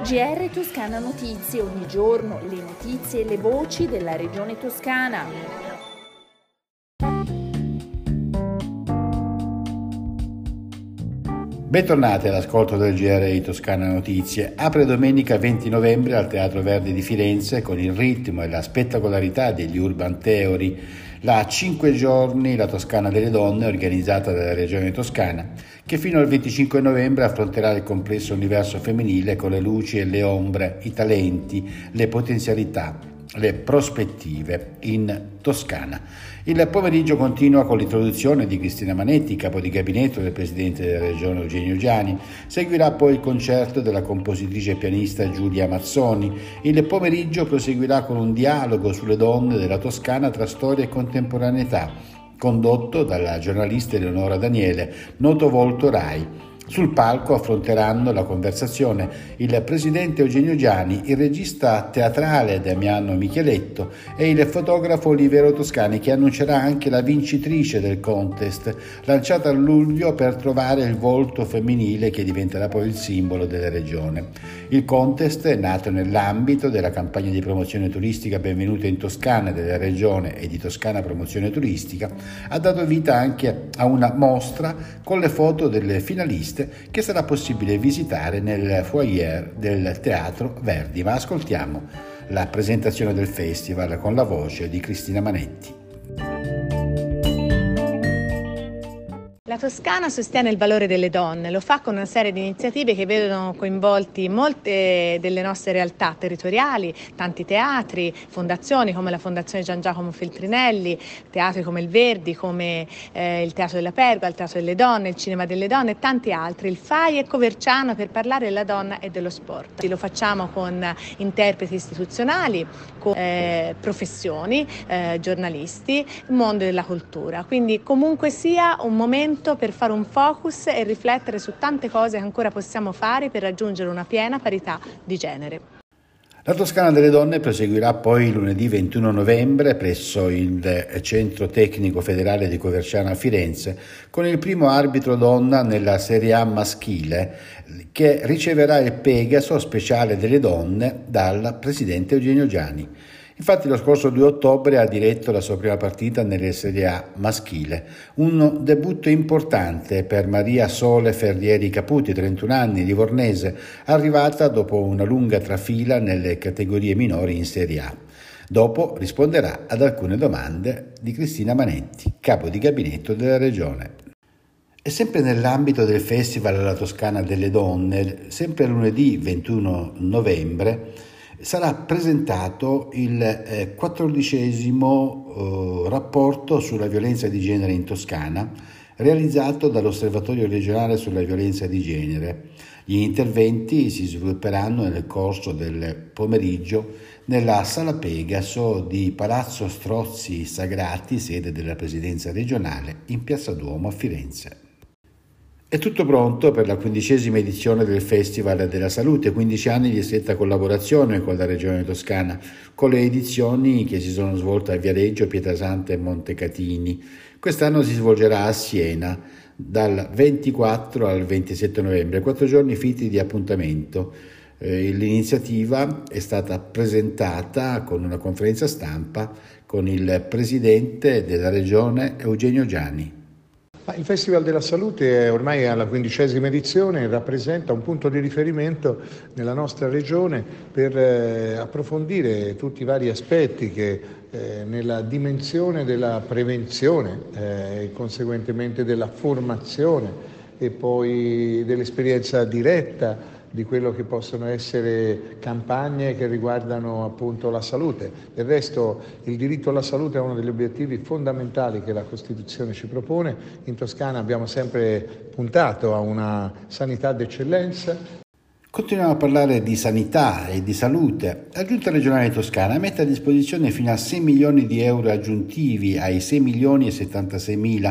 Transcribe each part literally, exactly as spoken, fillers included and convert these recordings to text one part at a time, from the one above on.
G R Toscana Notizie, ogni giorno le notizie e le voci della regione toscana. Bentornati all'ascolto del G R di Toscana Notizie. Apre domenica venti novembre al Teatro Verdi di Firenze, con il ritmo e la spettacolarità degli Urban Theory, la cinque giorni La Toscana delle Donne, organizzata dalla Regione Toscana, che fino al venticinque novembre affronterà il complesso universo femminile con le luci e le ombre, i talenti, le potenzialità, le prospettive in Toscana. Il pomeriggio continua con l'introduzione di Cristina Manetti, capo di gabinetto del presidente della regione Eugenio Giani. Seguirà poi il concerto della compositrice e pianista Giulia Mazzoni. Il pomeriggio proseguirà con un dialogo sulle donne della Toscana tra storia e contemporaneità, condotto dalla giornalista Eleonora Daniele, noto volto Rai. Sul palco affronteranno la conversazione il presidente Eugenio Giani, il regista teatrale Damiano Micheletto e il fotografo Olivero Toscani, che annuncerà anche la vincitrice del contest, lanciata a luglio per trovare il volto femminile che diventerà poi il simbolo della regione. Il contest è nato nell'ambito della campagna di promozione turistica Benvenuta in Toscana della regione e di Toscana Promozione Turistica. Ha dato vita anche a una mostra con le foto delle finaliste che sarà possibile visitare nel foyer del Teatro Verdi. Ma ascoltiamo la presentazione del festival con la voce di Cristina Manetti. La Toscana sostiene il valore delle donne, lo fa con una serie di iniziative che vedono coinvolti molte delle nostre realtà territoriali, tanti teatri, fondazioni come la Fondazione Gian Giacomo Feltrinelli, teatri come il Verdi, come eh, il Teatro della Pergola, il Teatro delle Donne, il Cinema delle Donne e tanti altri, il F A I e Coverciano per parlare della donna e dello sport. Lo facciamo con interpreti istituzionali, con eh, professioni, eh, giornalisti, mondo della cultura, quindi comunque sia un momento per fare un focus e riflettere su tante cose che ancora possiamo fare per raggiungere una piena parità di genere. La Toscana delle Donne proseguirà poi lunedì ventuno novembre presso il Centro Tecnico Federale di Coverciano a Firenze con il primo arbitro donna nella Serie A maschile, che riceverà il Pegaso speciale delle donne dal presidente Eugenio Giani. Infatti lo scorso due ottobre ha diretto la sua prima partita nelle Serie A maschile, un debutto importante per Maria Sole Ferrieri Caputi, trentuno anni, livornese, arrivata dopo una lunga trafila nelle categorie minori in Serie A. Dopo risponderà ad alcune domande di Cristina Manetti, capo di gabinetto della regione. E sempre nell'ambito del Festival La Toscana delle Donne, sempre lunedì ventuno novembre, sarà presentato il eh, quattordicesimo eh, rapporto sulla violenza di genere in Toscana, realizzato dall'Osservatorio regionale sulla violenza di genere. Gli interventi si svilupperanno nel corso del pomeriggio nella Sala Pegaso di Palazzo Strozzi Sagrati, sede della Presidenza regionale, in Piazza Duomo a Firenze. È tutto pronto per la quindicesima edizione del Festival della Salute, quindici anni di stretta collaborazione con la Regione Toscana, con le edizioni che si sono svolte a Viareggio, Pietrasanta e Montecatini. Quest'anno si svolgerà a Siena dal ventiquattro al ventisette novembre, quattro giorni fitti di appuntamento. Eh, l'iniziativa è stata presentata con una conferenza stampa con il presidente della Regione Eugenio Giani. Il Festival della Salute è ormai alla quindicesima edizione e rappresenta un punto di riferimento nella nostra regione per eh, approfondire tutti i vari aspetti che eh, nella dimensione della prevenzione eh, e conseguentemente della formazione e poi dell'esperienza diretta di quello che possono essere campagne che riguardano appunto la salute. Del resto il diritto alla salute è uno degli obiettivi fondamentali che la Costituzione ci propone. In Toscana abbiamo sempre puntato a una sanità d'eccellenza. Continuiamo a parlare di sanità e di salute. La Giunta regionale toscana mette a disposizione fino a sei milioni di euro aggiuntivi ai sei milioni e settantasei mila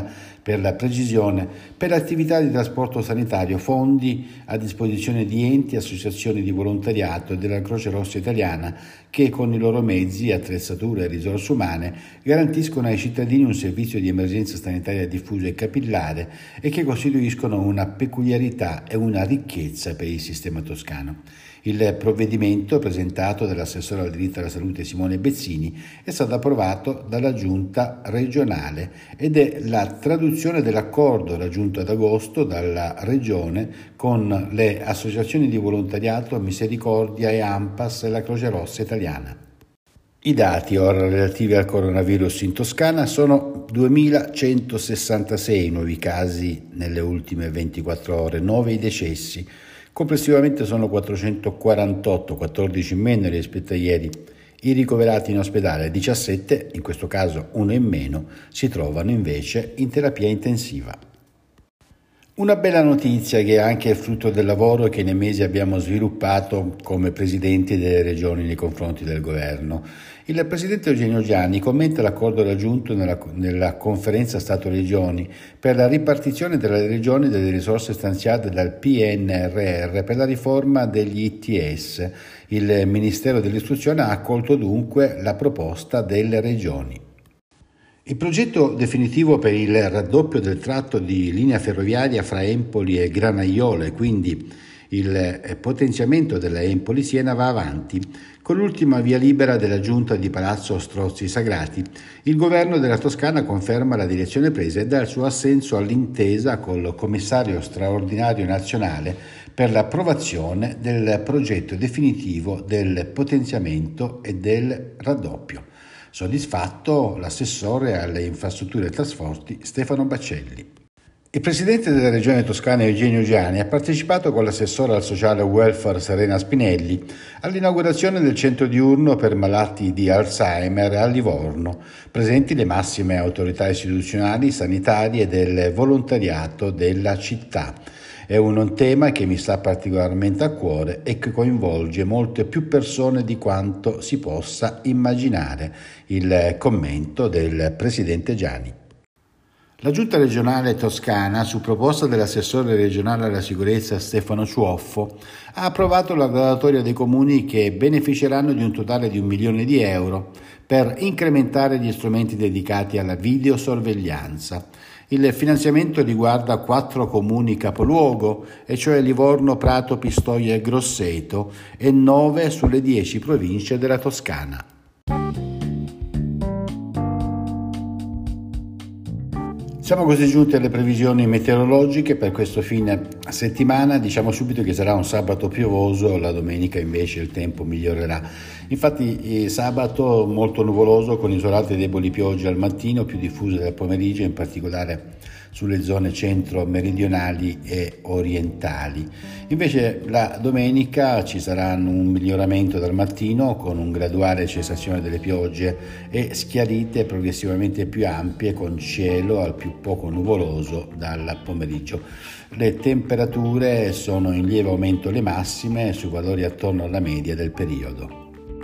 per la precisione, per attività di trasporto sanitario, fondi a disposizione di enti, associazioni di volontariato e della Croce Rossa Italiana che con i loro mezzi, attrezzature e risorse umane garantiscono ai cittadini un servizio di emergenza sanitaria diffuso e capillare e che costituiscono una peculiarità e una ricchezza per il sistema toscano. Il provvedimento, presentato dall'assessore al diritto alla salute Simone Bezzini, è stato approvato dalla Giunta regionale ed è la traduzione dell'accordo raggiunto ad agosto dalla Regione con le associazioni di volontariato Misericordia e ANPAS e la Croce Rossa Italiana. I dati ora relativi al coronavirus in Toscana sono duemilacentosessantasei nuovi casi nelle ultime ventiquattro ore, nove i decessi. Complessivamente sono quattrocentoquarantotto, quattordici in meno rispetto a ieri. I ricoverati in ospedale, diciassette, in questo caso uno in meno, si trovano invece in terapia intensiva. Una bella notizia che è anche il frutto del lavoro che nei mesi abbiamo sviluppato come presidenti delle regioni nei confronti del governo. Il presidente Eugenio Gianni commenta l'accordo raggiunto nella, nella conferenza Stato-Regioni per la ripartizione delle regioni delle risorse stanziate dal P N R R per la riforma degli I T S. Il Ministero dell'Istruzione ha accolto dunque la proposta delle regioni. Il progetto definitivo per il raddoppio del tratto di linea ferroviaria fra Empoli e Granaiola, quindi il potenziamento della Empoli-Siena, va avanti. Con l'ultima via libera della giunta di Palazzo Strozzi Sagrati, il governo della Toscana conferma la direzione presa e dà il suo assenso all'intesa col commissario straordinario nazionale per l'approvazione del progetto definitivo del potenziamento e del raddoppio. Soddisfatto l'assessore alle infrastrutture e trasporti Stefano Baccelli. Il presidente della regione toscana Eugenio Gianni ha partecipato con l'assessore al sociale e welfare Serena Spinelli all'inaugurazione del centro diurno per malati di Alzheimer a Livorno, presenti le massime autorità istituzionali, sanitarie e del volontariato della città. È un tema che mi sta particolarmente a cuore e che coinvolge molte più persone di quanto si possa immaginare. Il commento del presidente Gianni. La Giunta regionale toscana, su proposta dell'assessore regionale alla sicurezza Stefano Ciuoffo, ha approvato la graduatoria dei comuni che beneficeranno di un totale di un milione di euro per incrementare gli strumenti dedicati alla videosorveglianza. Il finanziamento riguarda quattro comuni capoluogo, e cioè Livorno, Prato, Pistoia e Grosseto, e nove sulle dieci province della Toscana. Siamo così giunti alle previsioni meteorologiche per questo fine settimana. Diciamo subito che sarà un sabato piovoso, la domenica invece il tempo migliorerà. Infatti sabato molto nuvoloso con isolate e deboli piogge al mattino, più diffuse dal pomeriggio, in particolare sulle zone centro-meridionali e orientali. Invece la domenica ci sarà un miglioramento dal mattino con un graduale cessazione delle piogge e schiarite progressivamente più ampie con cielo al più poco nuvoloso dal pomeriggio. Le temperature sono in lieve aumento le massime su valori attorno alla media del periodo.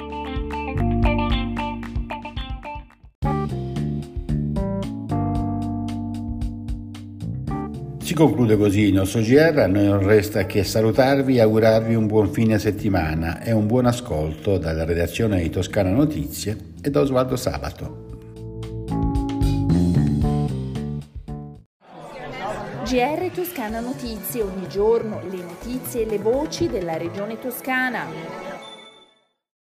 Si conclude così il nostro G R, a noi non resta che salutarvi e augurarvi un buon fine settimana e un buon ascolto dalla redazione di Toscana Notizie e da Osvaldo Sabato. G R Toscana Notizie, ogni giorno le notizie e le voci della regione toscana.